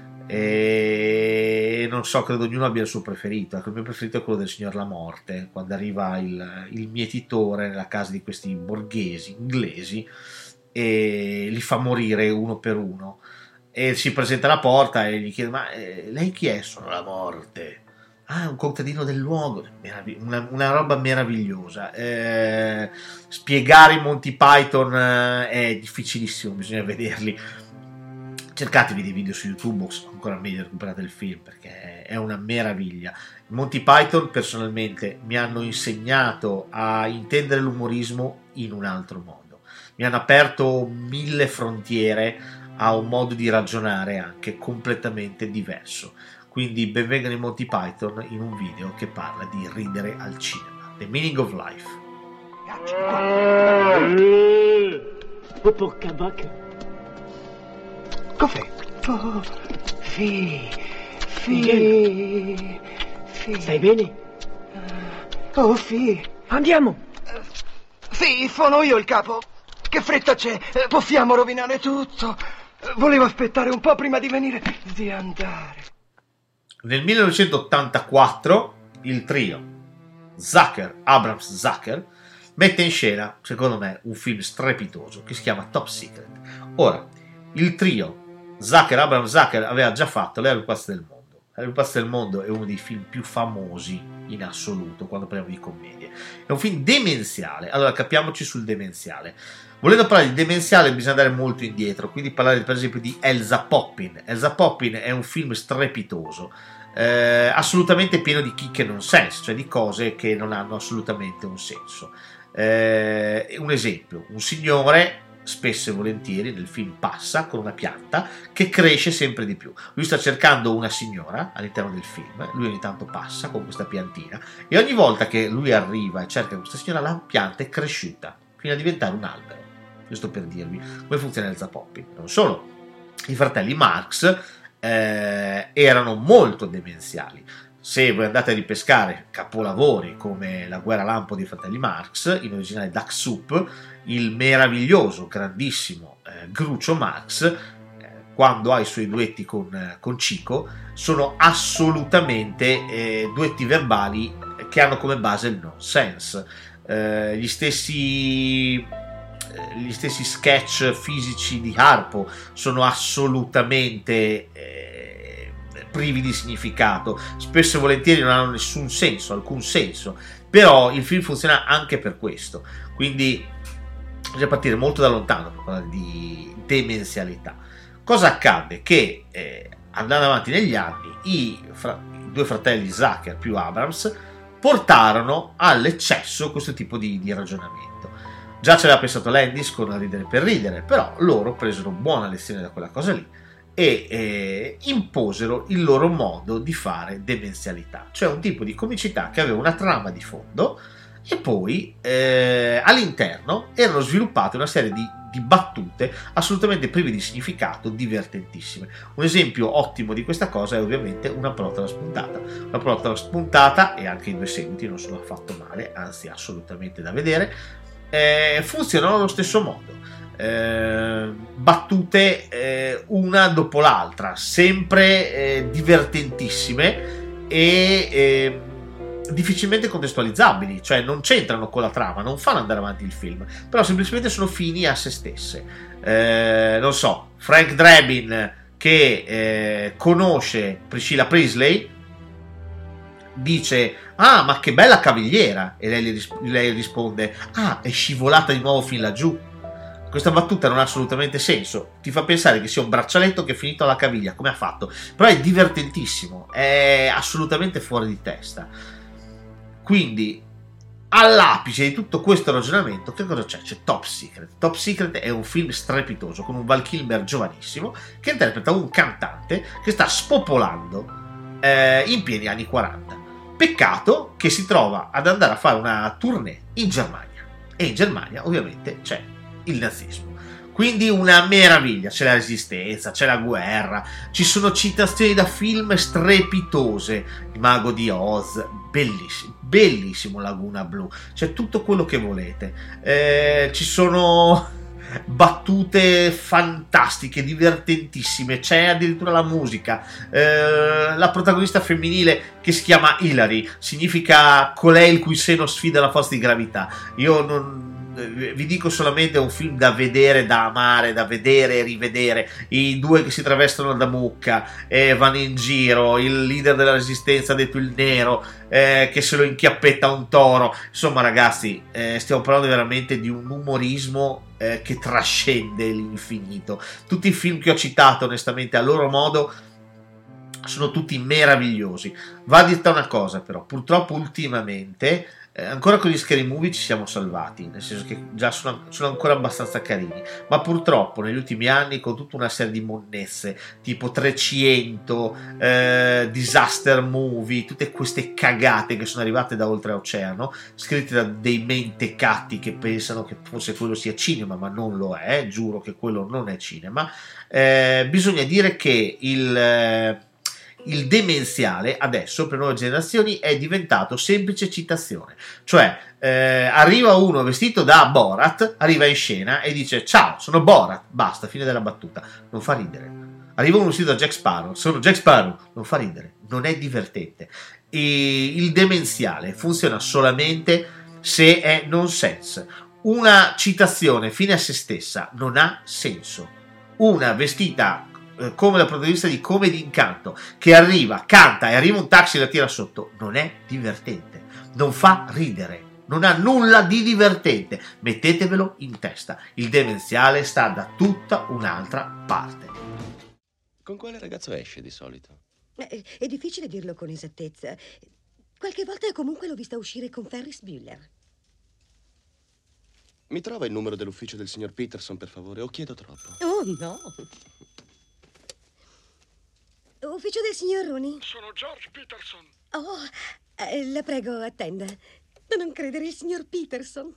e non so, credo ognuno abbia il suo preferito. Ecco, il mio preferito è quello del signor La Morte, quando arriva il mietitore nella casa di questi borghesi inglesi e li fa morire uno per uno, e si presenta alla porta e gli chiede: ma lei chi è? Sono La Morte. Ah, un contadino del luogo. Una roba meravigliosa. Spiegare i Monty Python è difficilissimo, bisogna vederli. Cercatevi dei video su YouTube, o ancora meglio recuperate il film, perché è una meraviglia. I Monty Python personalmente mi hanno insegnato a intendere l'umorismo in un altro modo, mi hanno aperto 1000 frontiere a un modo di ragionare anche completamente diverso. Quindi benvengano i Monty Python in un video che parla di ridere al cinema, The Meaning of Life. Porca vacca. Cos'è? Oh, Stai bene? Oh, Fi. Andiamo. Fi, sono io il capo. Che fretta c'è? Possiamo rovinare tutto. Volevo aspettare un po' prima di venire, di andare. Nel 1984 il trio Zucker-Abrams-Zucker mette in scena, secondo me, un film strepitoso che si chiama Top Secret. Ora, il trio Zucker-Abrams-Zucker aveva già fatto L'Aereo più pazzo del mondo. L'Aereo più pazzo del mondo è uno dei film più famosi in assoluto quando parliamo di commedie. È un film demenziale. Allora, capiamoci sul demenziale. Volendo parlare di demenziale bisogna andare molto indietro, quindi parlare per esempio di Elsa Poppin. Elsa Poppin è un film strepitoso, assolutamente pieno di chicche nonsense, cioè di cose che non hanno assolutamente un senso. Un esempio, un signore spesso e volentieri nel film passa con una pianta che cresce sempre di più. Lui sta cercando una signora all'interno del film, lui ogni tanto passa con questa piantina e ogni volta che lui arriva e cerca questa signora la pianta è cresciuta fino a diventare un albero. Giusto per dirvi come funziona Elsa Poppin. Non solo, i fratelli Marx erano molto demenziali. Se voi andate a ripescare capolavori come La guerra lampo dei fratelli Marx, in originale Duck Soup, il meraviglioso, grandissimo Groucho Marx, quando ha i suoi duetti con Chico, sono assolutamente duetti verbali che hanno come base il nonsense. Gli stessi sketch fisici di Harpo sono assolutamente privi di significato, spesso e volentieri non hanno nessun senso, alcun senso, però il film funziona anche per questo, quindi bisogna partire molto da lontano per parlare di demenzialità. Cosa accadde? Che andando avanti negli anni i due fratelli Zucker più Abrams portarono all'eccesso questo tipo di ragionamento. Già ci aveva pensato Landis con Ridere per ridere, però loro presero buona lezione da quella cosa lì e imposero il loro modo di fare demenzialità, cioè un tipo di comicità che aveva una trama di fondo e poi all'interno erano sviluppate una serie di battute assolutamente prive di significato, divertentissime. Un esempio ottimo di questa cosa è ovviamente Una pallottola spuntata. Una pallottola spuntata, e anche i due seguiti non sono affatto male, anzi assolutamente da vedere, funzionano allo stesso modo. Battute una dopo l'altra, sempre divertentissime e difficilmente contestualizzabili, cioè non c'entrano con la trama, non fanno andare avanti il film, però semplicemente sono fini a se stesse. Non so, Frank Drebin che conosce Priscilla Presley dice: ah, ma che bella cavigliera, e lei risponde: ah, è scivolata di nuovo fin laggiù. Questa battuta non ha assolutamente senso, ti fa pensare che sia un braccialetto che è finito alla caviglia, come ha fatto, però è divertentissimo, è assolutamente fuori di testa. Quindi all'apice di tutto questo ragionamento che cosa c'è? C'è Top Secret. Top Secret è un film strepitoso con un Val Kilmer giovanissimo che interpreta un cantante che sta spopolando in pieni anni 40. Peccato che si trova ad andare a fare una tournée in Germania, e in Germania ovviamente c'è il nazismo, quindi una meraviglia, c'è la resistenza, c'è la guerra, ci sono citazioni da film strepitose, Il Mago di Oz, bellissimo, bellissimo Laguna Blu, c'è tutto quello che volete, ci sono battute fantastiche, divertentissime, c'è addirittura la musica, la protagonista femminile che si chiama Hilary, significa colei il cui seno sfida la forza di gravità. Io non vi dico solamente, è un film da vedere, da amare, da vedere e rivedere. I due che si travestono da mucca e vanno in giro, il leader della resistenza detto il nero che se lo inchiappetta un toro. Insomma ragazzi, stiamo parlando veramente di un umorismo che trascende l'infinito. Tutti i film che ho citato onestamente a loro modo sono tutti meravigliosi. Va detta una cosa però, purtroppo ultimamente ancora con gli Scary Movie ci siamo salvati, nel senso che già sono ancora abbastanza carini, ma purtroppo negli ultimi anni con tutta una serie di monnezze tipo 300, disaster movie, tutte queste cagate che sono arrivate da oltreoceano, scritte da dei mentecatti che pensano che forse quello sia cinema, ma non lo è, giuro che quello non è cinema. Bisogna dire che il Il demenziale adesso per nuove generazioni è diventato semplice citazione, cioè arriva uno vestito da Borat, arriva in scena e dice ciao, sono Borat, basta, fine della battuta, non fa ridere. Arriva uno vestito da Jack Sparrow, sono Jack Sparrow, non fa ridere, non è divertente. E il demenziale funziona solamente se è nonsense. Una citazione fine a se stessa non ha senso. Una vestita come la protagonista di Come d'Incanto che arriva, canta e arriva un taxi e la tira sotto, non è divertente, non fa ridere, non ha nulla di divertente. Mettetevelo in testa, il demenziale sta da tutta un'altra parte. Con quale ragazzo esce di solito? È difficile dirlo con esattezza. Qualche volta comunque l'ho vista uscire con Ferris Bueller. Mi trova il numero dell'ufficio del signor Peterson, per favore, o chiedo troppo? Oh, no. Ufficio del signor Rooney? Sono George Peterson. Oh, la prego, attenda. Non credere, il signor Peterson.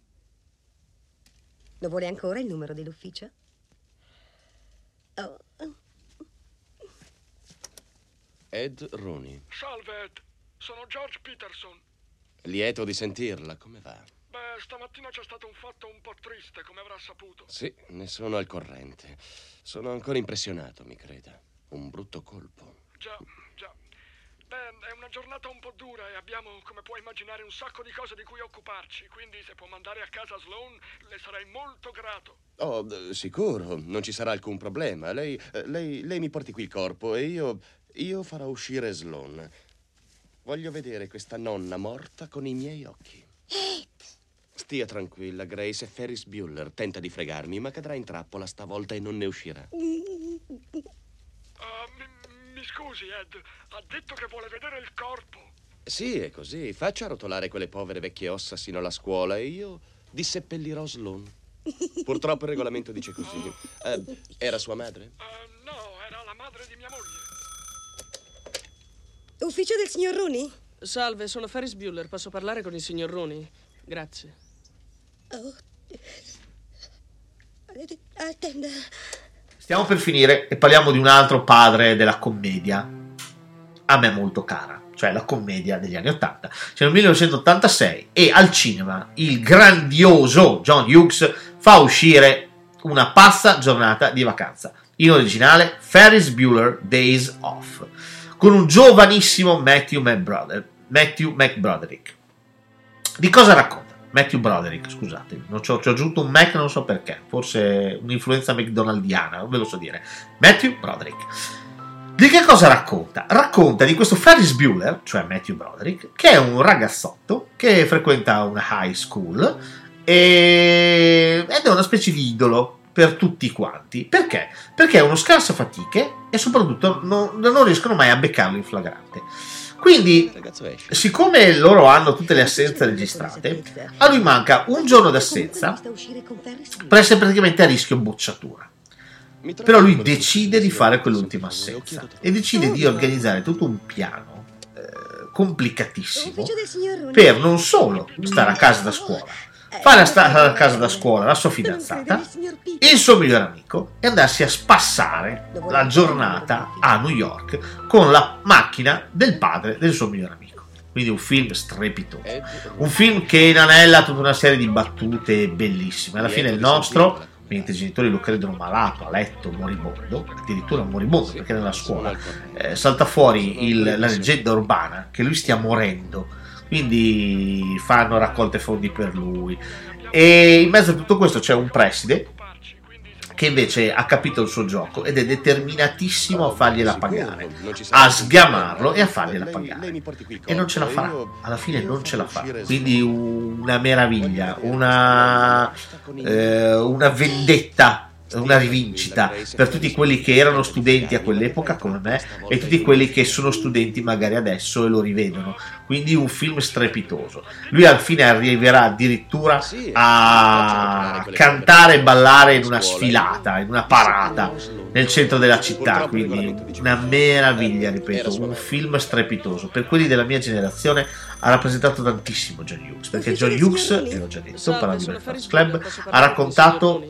Lo vuole ancora il numero dell'ufficio? Oh. Ed Rooney. Salve, Ed. Sono George Peterson. Lieto di sentirla, come va? Beh, stamattina c'è stato un fatto un po' triste, come avrà saputo. Sì, ne sono al corrente. Sono ancora impressionato, mi creda. Un brutto colpo. Già. Beh, è una giornata un po' dura e abbiamo, come puoi immaginare, un sacco di cose di cui occuparci. Quindi se può mandare a casa Sloan, le sarei molto grato. Oh, sicuro, non ci sarà alcun problema. Lei mi porti qui il corpo e io farò uscire Sloan. Voglio vedere questa nonna morta con i miei occhi. Stia tranquilla, Grace, è Ferris Bueller. Tenta di fregarmi, ma cadrà in trappola stavolta e non ne uscirà. Mi scusi, Ed. Ha detto che vuole vedere il corpo. Sì, è così. Faccia rotolare quelle povere vecchie ossa sino alla scuola e io disseppellirò Sloan. Purtroppo il regolamento dice così. Era sua madre? No, era la madre di mia moglie. Ufficio del signor Rooney? Salve, sono Ferris Bueller. Posso parlare con il signor Rooney? Grazie. Oh. Attenda. Stiamo per finire e parliamo di un altro padre della commedia a me molto cara, cioè la commedia degli anni 80. C'è nel 1986 e al cinema il grandioso John Hughes fa uscire Una pazza giornata di vacanza, in originale Ferris Bueller Days Off, con un giovanissimo Matthew McBroderick. Di cosa racconta? Matthew Broderick, scusate, ci ho aggiunto un Mac, non so perché, forse un'influenza McDonaldiana, non ve lo so dire. Matthew Broderick. Di che cosa racconta? Racconta di questo Ferris Bueller, cioè Matthew Broderick, che è un ragazzotto che frequenta una high school ed è una specie di idolo per tutti quanti. Perché? Perché è uno scarsafatiche e soprattutto non riescono mai a beccarlo in flagrante. Quindi, siccome loro hanno tutte le assenze registrate, a lui manca un giorno d'assenza per essere praticamente a rischio bocciatura. Però lui decide di fare quell'ultima assenza e decide di organizzare tutto un piano complicatissimo per non solo stare a casa da scuola, fare stare a casa da scuola la sua fidanzata, il suo migliore amico e andarsi a spassare la giornata a New York con la macchina del padre del suo migliore amico. Quindi un film strepitoso, un film che inanella tutta una serie di battute bellissime. Alla fine il nostro, mentre i genitori lo credono malato, a letto, moribondo, addirittura moribondo perché nella scuola salta fuori la leggenda urbana che lui stia morendo, quindi fanno raccolte fondi per lui e in mezzo a tutto questo c'è un preside che invece ha capito il suo gioco ed è determinatissimo a fargliela pagare, a sgamarlo e a fargliela pagare, e non ce la farà, alla fine non ce la fa. Quindi una meraviglia, una vendetta, una rivincita per tutti quelli che erano studenti a quell'epoca come me e tutti quelli che sono studenti magari adesso e lo rivedono. Quindi un film strepitoso. Lui alla fine arriverà addirittura a cantare e ballare in una sfilata, in una parata nel centro della città, quindi una meraviglia, ripeto, un film strepitoso. Per quelli della mia generazione ha rappresentato tantissimo John Hughes, perché John Hughes, e l'ho già detto, parlando di Breakfast Club, ha raccontato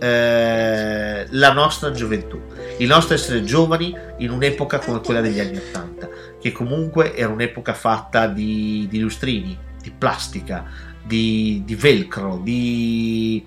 la nostra gioventù, il nostro essere giovani in un'epoca come quella degli anni '80, che comunque era un'epoca fatta di lustrini, di plastica, di velcro, di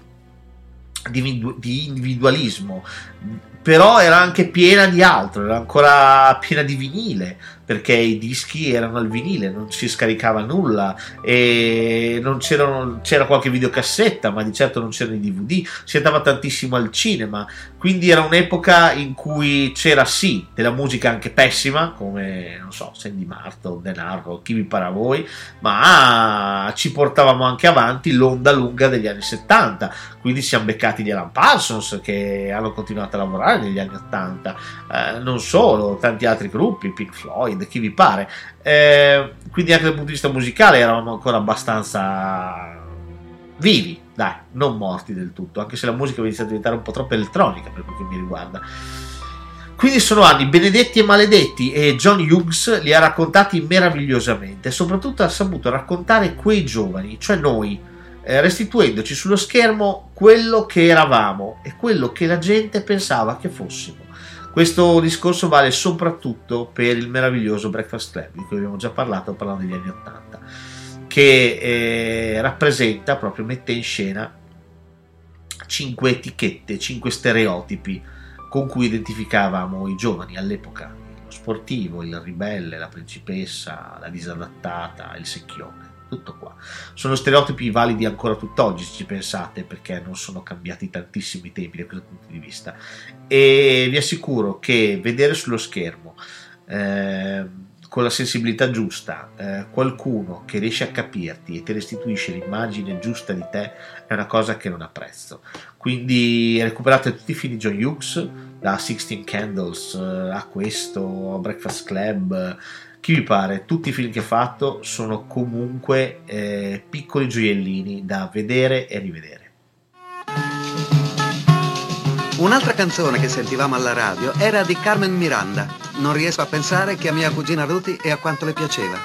individualismo, però era anche piena di altro, era ancora piena di vinile, perché i dischi erano al vinile, non si scaricava nulla e non c'era qualche videocassetta, ma di certo non c'erano i DVD, si andava tantissimo al cinema, quindi era un'epoca in cui c'era sì della musica anche pessima, come non so, Sandy Martin, Denarro, chi vi pare a voi, ma ci portavamo anche avanti l'onda lunga degli anni '70, quindi siamo beccati gli Alan Parsons che hanno continuato a lavorare negli anni '80, non solo, tanti altri gruppi, Pink Floyd, chi vi pare, quindi anche dal punto di vista musicale eravamo ancora abbastanza vivi, dai, non morti del tutto, anche se la musica aveva iniziato a diventare un po' troppo elettronica per quel che mi riguarda. Quindi sono anni benedetti e maledetti, e John Hughes li ha raccontati meravigliosamente, e soprattutto ha saputo raccontare quei giovani, cioè noi, restituendoci sullo schermo quello che eravamo e quello che la gente pensava che fossimo. Questo discorso vale soprattutto per il meraviglioso Breakfast Club, di cui abbiamo già parlato parlando degli anni '80, che rappresenta, proprio mette in scena 5 etichette, 5 stereotipi con cui identificavamo i giovani all'epoca: lo sportivo, il ribelle, la principessa, la disadattata, il secchione. Tutto qua. Sono stereotipi validi ancora tutt'oggi, se ci pensate, perché non sono cambiati tantissimo i tempi da questo punto di vista, e vi assicuro che vedere sullo schermo con la sensibilità giusta qualcuno che riesce a capirti e ti restituisce l'immagine giusta di te è una cosa che non ha prezzo. Quindi recuperate tutti i film di John Hughes, da 16 Candles a questo, a Breakfast Club, chi vi pare, tutti i film che ha fatto sono comunque piccoli gioiellini da vedere e rivedere. Un'altra canzone che sentivamo alla radio era di Carmen Miranda. Non riesco a pensare che a mia cugina Ruti e a quanto le piaceva.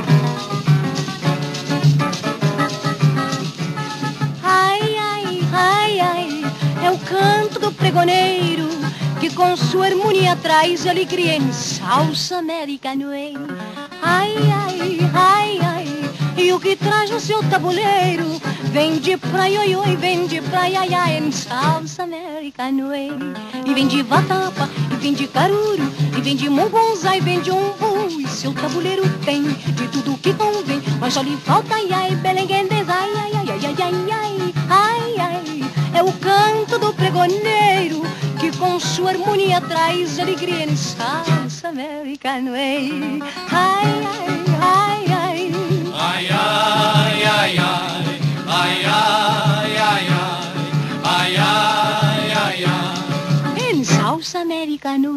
Ai, ai, ai, ai, é o canto do pregoneiro que com sua harmonia traz alegria em salsa americano. Ai, ai, ai, ai, e o que traz no seu tabuleiro vem de praia, oi, oi, vem de praia, ai, ai, em salsa americano. E vem de vatapa, e vem de caruru, e vem de mongonza, e vem de umbu. E seu tabuleiro tem de tudo que convém, mas só lhe falta, ai, ai, belenguendes, ai, ai, ai, ai, ai, ai, ai, ai, é o canto do pregoneiro que com sua harmonia traz alegria em salsa americano. Ai, ai, ai, ai, ai, ai, ai, ai, ai, ai, ai, ai, ai, ai, ai, em salsa americano.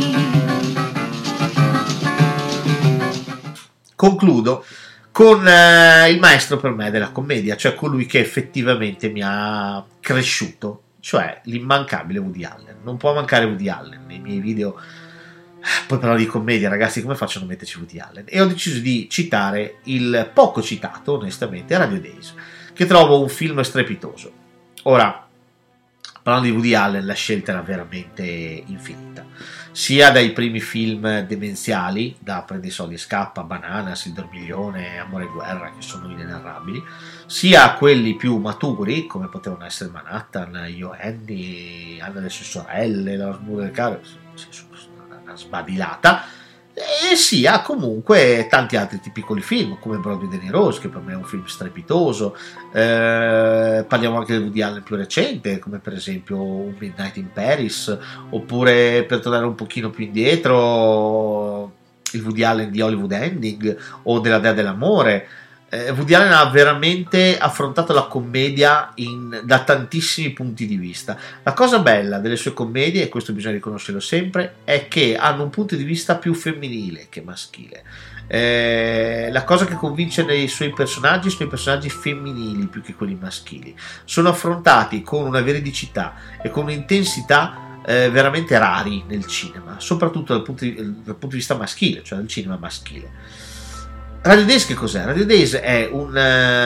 Concludo con il maestro per me della commedia, cioè colui che effettivamente mi ha cresciuto, cioè l'immancabile Woody Allen. Non può mancare Woody Allen nei miei video. Poi parlare di commedia, ragazzi, come faccio a non metterci Woody Allen? E ho deciso di citare il poco citato, onestamente, Radio Days, che trovo un film strepitoso. Ora, parlando di Woody Allen, la scelta era veramente infinita, sia dai primi film demenziali, da Prende i soldi e scappa, Bananas, Il dormiglione, Amore e guerra, che sono inenarrabili, sia a quelli più maturi, come potevano essere Manhattan, Io Annie, Anna e le sue sorelle, La smura del caro, una sbadilata, e sia comunque tanti altri piccoli film come Broadway de Niro, che per me è un film strepitoso. Parliamo anche di Woody Allen più recente, come per esempio Un Midnight in Paris, oppure, per tornare un pochino più indietro, il Woody Allen di Hollywood Ending o della Dea dell'amore. Woody Allen ha veramente affrontato la commedia da tantissimi punti di vista. La cosa bella delle sue commedie, e questo bisogna riconoscerlo sempre, è che hanno un punto di vista più femminile che maschile. La cosa che convince nei suoi personaggi sono i personaggi femminili più che quelli maschili. Sono affrontati con una veridicità e con un'intensità veramente rari nel cinema, soprattutto dal punto di vista maschile, cioè del cinema maschile. Radio Days che cos'è? Radio Days è un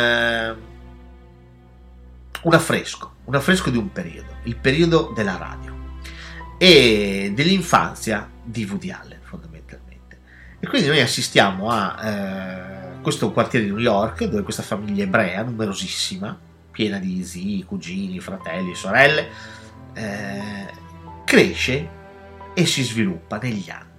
affresco di un periodo, il periodo della radio e dell'infanzia di Woody Allen fondamentalmente. E quindi noi assistiamo a questo quartiere di New York dove questa famiglia ebrea numerosissima, piena di zii, cugini, fratelli, sorelle, cresce e si sviluppa negli anni.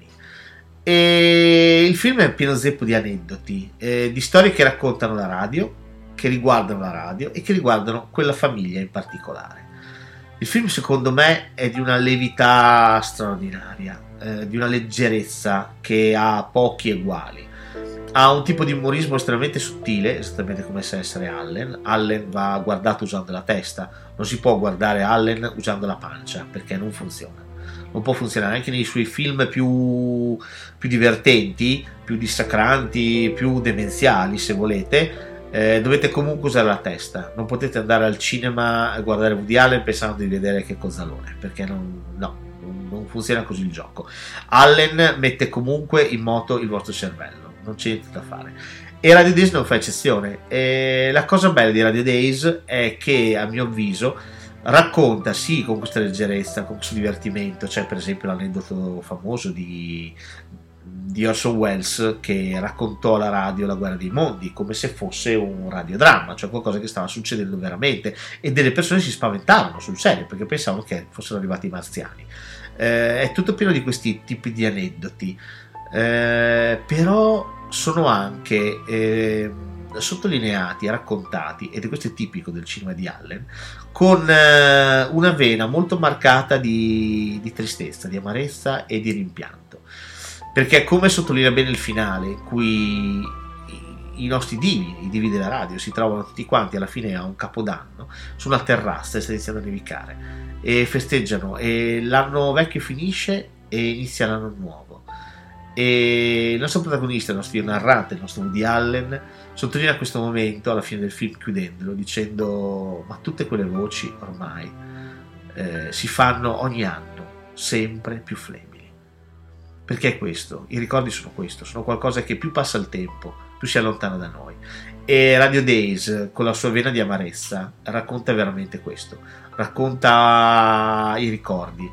E il film è pieno zeppo di aneddoti, di storie che raccontano la radio, che riguardano la radio e che riguardano quella famiglia in particolare. Il film secondo me è di una levità straordinaria, di una leggerezza che ha pochi eguali. Ha un tipo di umorismo estremamente sottile, esattamente come sa essere Allen. Allen va guardato usando la testa, non si può guardare Allen usando la pancia perché non funziona. Non può funzionare anche nei suoi film più divertenti, più dissacranti, più demenziali se volete. Dovete comunque usare la testa, non potete andare al cinema a guardare Woody Allen pensando di vedere che cozzalone, perché non funziona così il gioco. Allen mette comunque in moto il vostro cervello, non c'è niente da fare, e Radio Days non fa eccezione. E la cosa bella di Radio Days è che a mio avviso racconta sì con questa leggerezza, con questo divertimento. C'è per esempio l'aneddoto famoso di Orson Welles che raccontò alla radio La guerra dei mondi come se fosse un radiodramma, cioè qualcosa che stava succedendo veramente, e delle persone si spaventavano sul serio perché pensavano che fossero arrivati i marziani. È tutto pieno di questi tipi di aneddoti, però sono anche sottolineati e raccontati, ed è questo è tipico del cinema di Allen, con una vena molto marcata di tristezza, di amarezza e di rimpianto, perché come sottolinea bene il finale, in cui i nostri divi, i divi della radio, si trovano tutti quanti alla fine a un capodanno su una terrazza e sta iniziando a nevicare e festeggiano, e l'anno vecchio finisce e inizia l'anno nuovo, e il nostro protagonista, il nostro narrante, il nostro Woody Allen, sottolinea questo momento alla fine del film chiudendolo dicendo: ma tutte quelle voci ormai si fanno ogni anno sempre più flebili. Perché è questo, i ricordi sono questo, sono qualcosa che più passa il tempo, più si allontana da noi. E Radio Days, con la sua vena di amarezza, racconta veramente questo. Racconta i ricordi,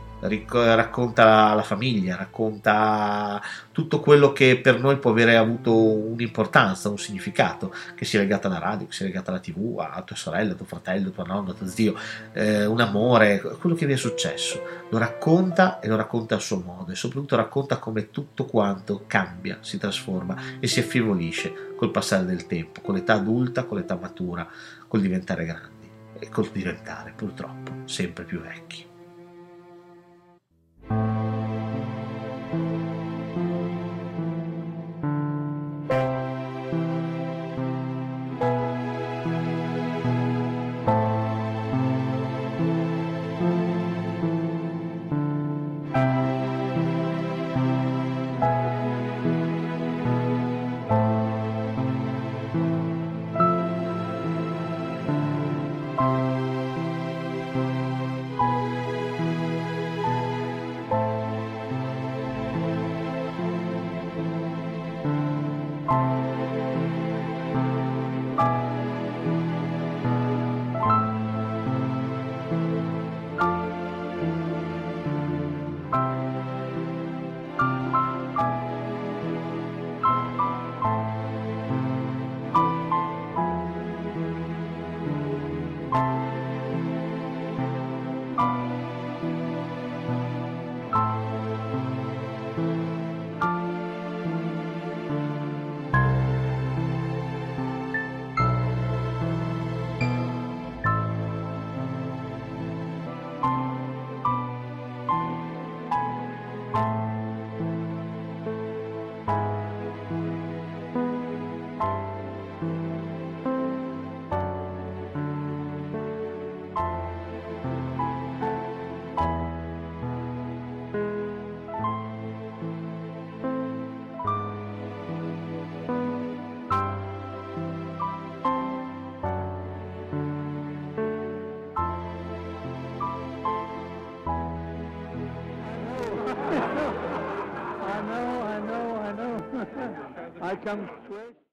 racconta la famiglia, racconta tutto quello che per noi può avere avuto un'importanza, un significato, che sia legato alla radio, che sia legato alla TV, a tua sorella, a tuo fratello, a tua nonna, a tuo zio, un amore, quello che vi è successo. Lo racconta, e lo racconta a suo modo, e soprattutto racconta come tutto quanto cambia, si trasforma e si affievolisce col passare del tempo, con l'età adulta, con l'età matura, col diventare grandi e col diventare purtroppo sempre più vecchi. I come straight.